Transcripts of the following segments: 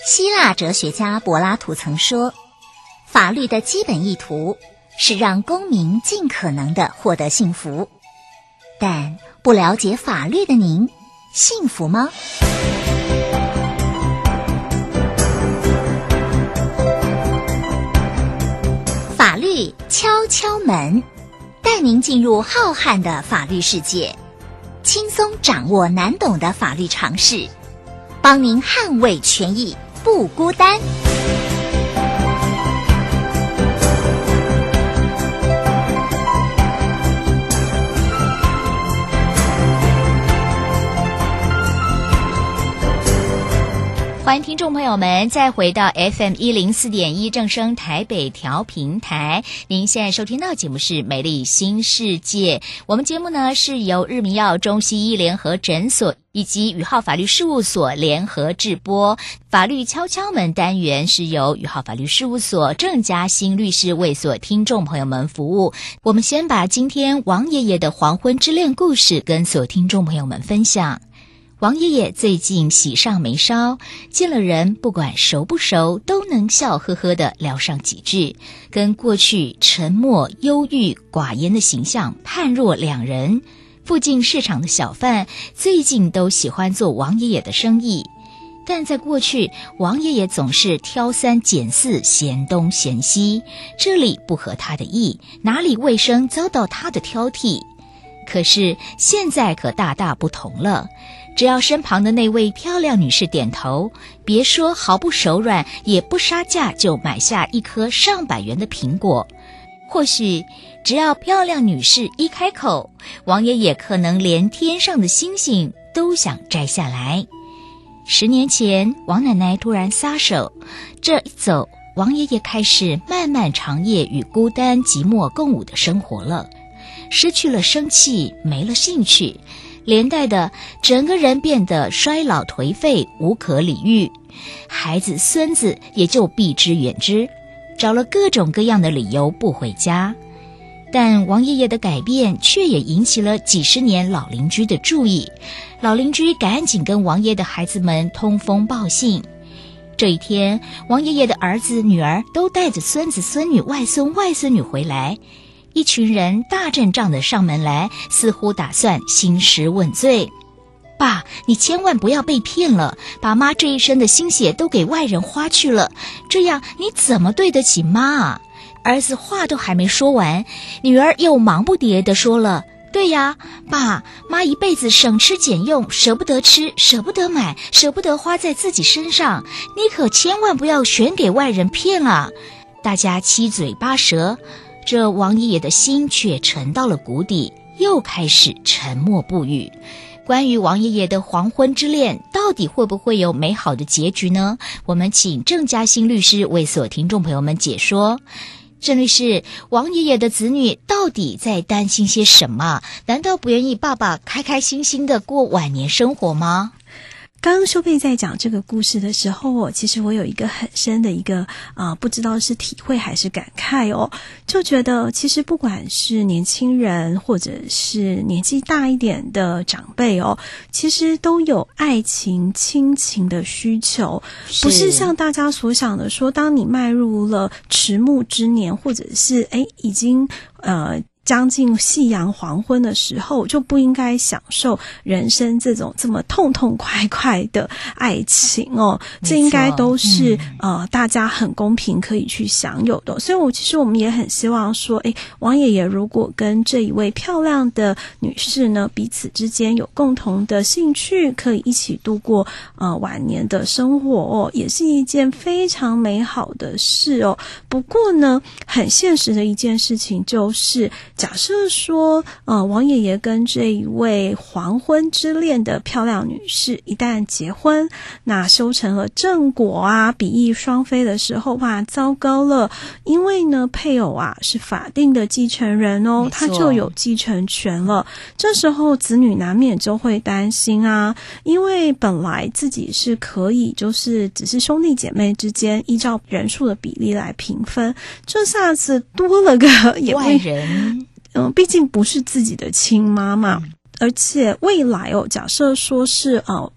希腊哲学家柏拉图曾说，法律的基本意图是让公民尽可能地获得幸福。但不了解法律的您，幸福吗？法律敲敲门，带您进入浩瀚的法律世界，轻松掌握难懂的法律常识，帮您捍卫权益，不孤单。 欢迎听众朋友们再回到 FM104.1 正声台北调频台，您现在收听到节目是美丽新世界。我们节目呢是由日明耀中西医联合诊所以及宇浩法律事务所联合制播。法律敲敲门单元是由宇浩法律事务所郑嘉兴律师为所听众朋友们服务。我们先把今天王爷爷的黄昏之恋故事跟所听众朋友们分享。王爷爷最近喜上眉梢，见了人不管熟不熟都能笑呵呵地聊上几句，跟过去沉默忧郁寡言的形象判若两人。附近市场的小贩最近都喜欢做王爷爷的生意，但在过去王爷爷总是挑三拣四，嫌东嫌西，这里不合他的意，哪里卫生遭到他的挑剔。可是现在可大大不同了，只要身旁的那位漂亮女士点头，别说毫不手软，也不杀价就买下一颗上百元的苹果。或许只要漂亮女士一开口，王爷爷可能连天上的星星都想摘下来。10年前，王奶奶突然撒手，这一走，王爷爷开始漫漫长夜与孤单寂寞共舞的生活了，失去了生气，没了兴趣，连带的整个人变得衰老颓废，无可理喻。孩子孙子也就避之远之，找了各种各样的理由不回家。但王爷爷的改变却也引起了几十年老邻居的注意，老邻居赶紧跟王爷的孩子们通风报信。这一天，王爷爷的儿子女儿都带着孙子孙女外孙外孙女回来，一群人大阵仗的上门来，似乎打算兴师问罪。爸，你千万不要被骗了，把妈这一生的心血都给外人花去了，这样你怎么对得起妈啊？儿子话都还没说完，女儿又忙不迭地说了，对呀，爸妈一辈子省吃俭用，舍不得吃，舍不得买，舍不得花在自己身上，你可千万不要全给外人骗了。大家七嘴八舌，这王爷爷的心却沉到了谷底，又开始沉默不语。关于王爷爷的黄昏之恋，到底会不会有美好的结局呢？我们请郑嘉兴律师为所有听众朋友们解说。郑律师，王爷爷的子女到底在担心些什么？难道不愿意爸爸开开心心的过晚年生活吗？ 刚刚修佩在讲这个故事的时候，其实我有一个很深的一个不知道是体会还是感慨哦，就觉得其实不管是年轻人或者是年纪大一点的长辈哦，其实都有爱情亲情的需求，不是像大家所想的说，当你迈入了迟暮之年，或者是已经将近夕阳黄昏的时候，就不应该享受人生这种这么痛痛快快的爱情哦，这应该都是大家很公平可以去享有的。所以其实我们也很希望说，王爷爷如果跟这一位漂亮的女士呢，彼此之间有共同的兴趣，可以一起度过晚年的生活哦，也是一件非常美好的事哦。不过呢，很现实的一件事情就是，假设说王爷爷跟这一位黄昏之恋的漂亮女士一旦结婚，那修成了正果啊，比翼双飞的时候，哇，糟糕了，因为呢配偶啊是法定的继承人哦，他就有继承权了。这时候子女难免就会担心啊，因为本来自己是可以就是只是兄弟姐妹之间依照人数的比例来平分，这下子多了个也外人， 毕竟不是自己的亲妈妈，而且未来假设说是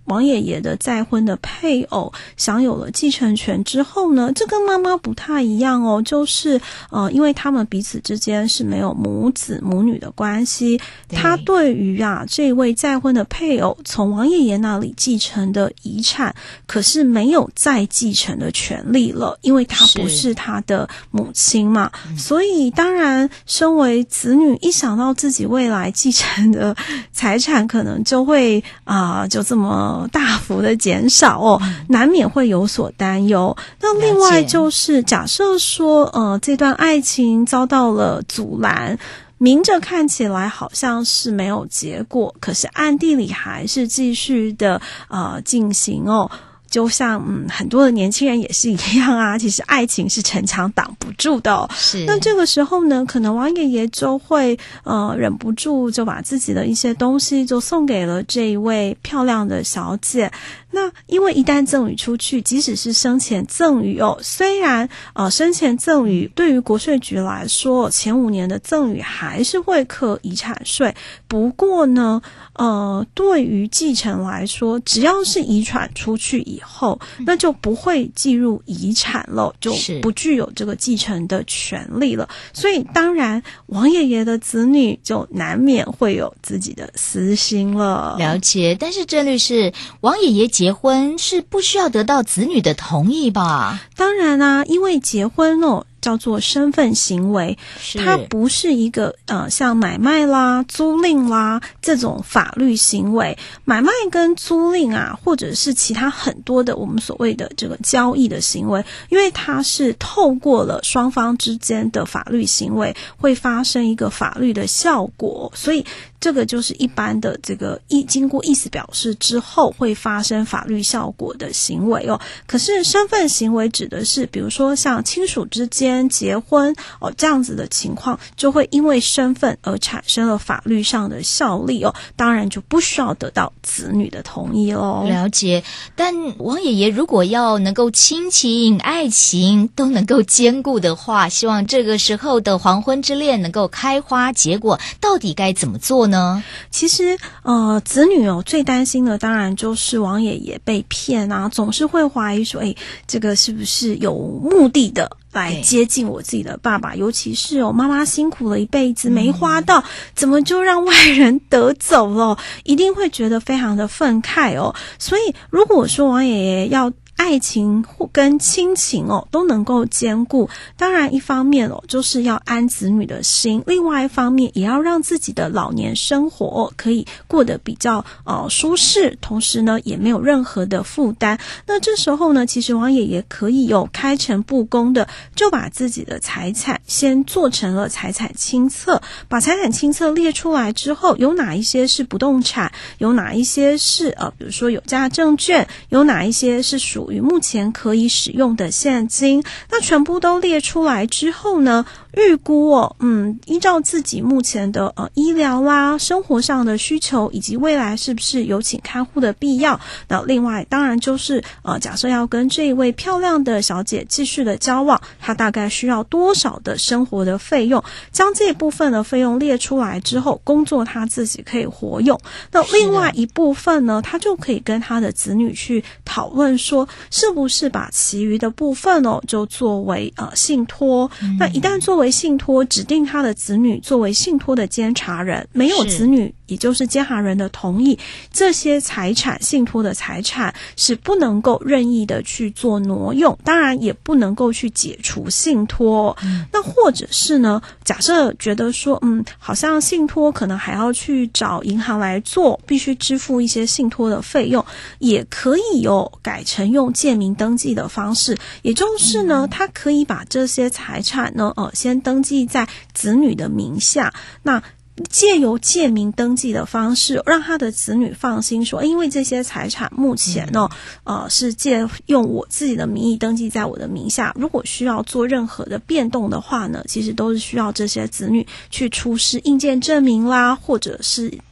王爷爷的再婚的配偶享有了继承权之后呢，这跟妈妈不太一样哦，就是因为他们彼此之间是没有母子母女的关系，他对于这位再婚的配偶从王爷爷那里继承的遗产，可是没有再继承的权利了，因为他不是他的母亲嘛，所以当然身为子女一想到自己未来继承的财产可能就会就这么大幅的减少哦，难免会有所担忧。那另外就是假设说这段爱情遭到了阻拦，明着看起来好像是没有结果，可是暗地里还是继续的进行哦。就像很多的年轻人也是一样啊，其实爱情是城墙挡不住的哦。是。那这个时候呢，可能王爷爷就会忍不住就把自己的一些东西就送给了这一位漂亮的小姐。那因为一旦赠与出去，即使是生前赠与哦，虽然生前赠与对于国税局来说，前5年的赠与还是会课遗产税，不过呢对于继承来说，只要是遗传出去以后，那就不会计入遗产了，就不具有这个继承的权利了。所以当然王爷爷的子女就难免会有自己的私心了。 了解。但是郑律师，王爷爷结婚是不需要得到子女的同意吧？ 当然啊，因为结婚叫做身份行为，它不是一个像买卖啦、租赁啦这种法律行为。买卖跟租赁或者是其他很多的我们所谓的这个交易的行为，因为它是透过了双方之间的法律行为，会发生一个法律的效果，所以这个就是一般的这个经过意思表示之后会发生法律效果的行为哦。可是身份行为指的是比如说像亲属之间结婚这样子的情况，就会因为身份而产生了法律上的效力哦，当然就不需要得到子女的同意咯。 了解。但王爷爷如果要能够亲情爱情都能够兼顾的话，希望这个时候的黄昏之恋能够开花结果，到底该怎么做呢？ 其实子女最担心的当然就是王爷爷被骗啊，总是会怀疑说这个是不是有目的的来接近我自己的爸爸，尤其是妈妈辛苦了一辈子没花到，怎么就让外人得走了，一定会觉得非常的愤慨哦。所以如果说王爷爷要爱情跟亲情都能够兼顾，当然一方面就是要安子女的心，另外一方面也要让自己的老年生活可以过得比较舒适，同时呢也没有任何的负担。那这时候呢，其实王爷爷可以开诚布公的就把自己的财产先做成了财产清册，把财产清册列出来之后，有哪一些是不动产，有哪一些是比如说有价证券，有哪一些是属于目前可以使用的现金，那全部都列出来之后呢，预估依照自己目前的医疗啦、生活上的需求，以及未来是不是有请看护的必要。那另外当然就是假设要跟这一位漂亮的小姐继续的交往，她大概需要多少的生活的费用，将这一部分的费用列出来之后，工作她自己可以活用。那另外一部分呢，她就可以跟她的子女去讨论说，是不是把其余的部分就作为信托。那一旦作为信托，指定他的子女作为信托的监察人，没有子女也就是监察人的同意，这些财产信托的财产是不能够任意的去做挪用，当然也不能够去解除信托。那或者是呢，假设觉得说好像信托可能还要去找银行来做，必须支付一些信托的费用，也可以改成用借名登记的方式，也就是呢他可以把这些财产呢先登记在子女的名下，那借由借名登记的方式让他的子女放心说，因为这些财产目前是借用我自己的名义登记在我的名下，如果需要做任何的变动的话呢，其实都是需要这些子女去出示印鉴证明啦，或者是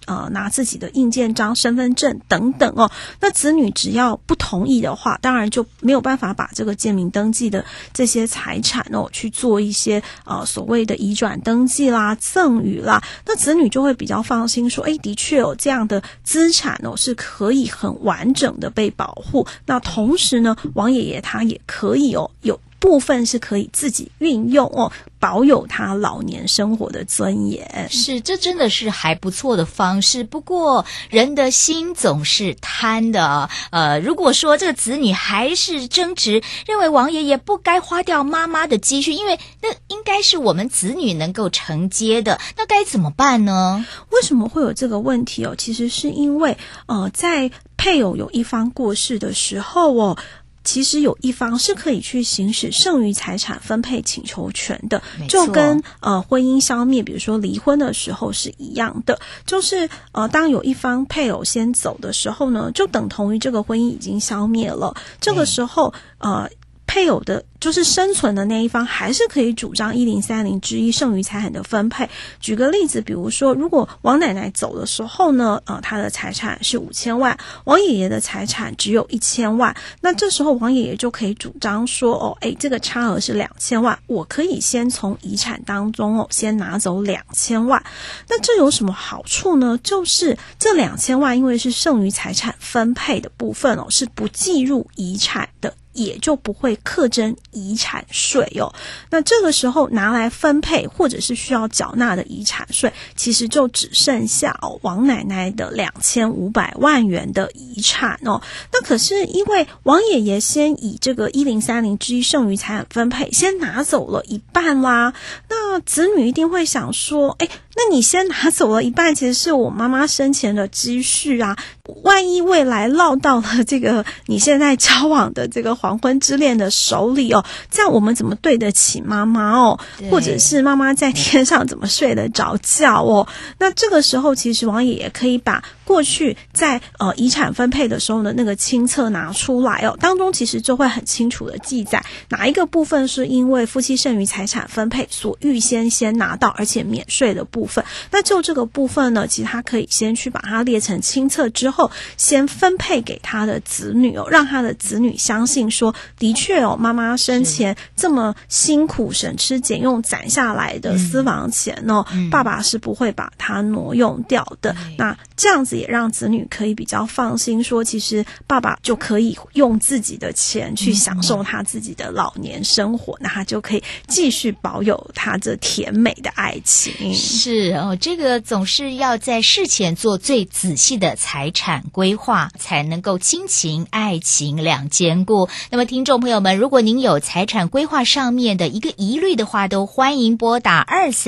拿自己的印鉴章、身份证等等哦。那子女只要不同意的话，当然就没有办法把这个建民登记的这些财产哦去做一些所谓的移转登记啦、赠与啦。那子女就会比较放心说，的确有这样的资产哦是可以很完整的被保护。那同时呢，王爷爷他也可以有部分是可以自己运用保有他老年生活的尊严。 是，这真的是还不错的方式。不过人的心总是贪的如果说这个子女还是争执，认为王爷爷不该花掉妈妈的积蓄，因为那应该是我们子女能够承接的，那该怎么办呢？ 为什么会有这个问题其实是因为在配偶有一方过世的时候其实有一方是可以去行使剩余财产分配请求权的，就跟婚姻消灭，比如说离婚的时候是一样的。就是当有一方配偶先走的时候呢，就等同于这个婚姻已经消灭了。这个时候配偶的就是生存的那一方还是可以主张1030之一剩余财产的分配。举个例子，比如说如果王奶奶走的时候呢她的财产是5000万，王爷爷的财产只有1000万，那这时候王爷爷就可以主张说这个差额是2000万，我可以先从遗产当中先拿走2000万。那这有什么好处呢？就是这2000万因为是剩余财产分配的部分是不计入遗产的，也就不会课征遗产税那这个时候拿来分配或者是需要缴纳的遗产税，其实就只剩下王奶奶的2500万元的遗产那可是因为王爷爷先以这个1030之一剩余财产分配先拿走了一半啦，那子女一定会想说那你先拿走了一半，其实是我妈妈生前的积蓄啊，万一未来落到了这个你现在交往的这个黄昏之恋的手里这样我们怎么对得起妈妈或者是妈妈在天上怎么睡得着觉那这个时候其实王爷爷可以把过去在遗产分配的时候的那个清册拿出来当中其实就会很清楚的记载哪一个部分是因为夫妻剩余财产分配所预先拿到而且免税的部分。那就这个部分呢，其实他可以先去把它列成清册之后先分配给他的子女让他的子女相信说的确妈妈生前这么辛苦省吃俭用攒下来的私房钱爸爸是不会把它挪用掉的那这样子也让子女可以比较放心说其实爸爸就可以用自己的钱去享受他自己的老年生活那他就可以继续保有他这甜美的爱情。 是这个总是要在事前做最仔细的财产规划，才能够亲情爱情两兼顾。那么听众朋友们，如果您有财产规划上面的一个疑虑的话，都欢迎拨打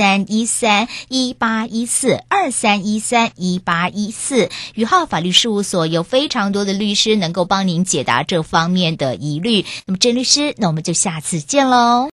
2313181423131814宇浩法律事务所，有非常多的律师能够帮您解答这方面的疑虑。那么郑律师，那我们就下次见喽。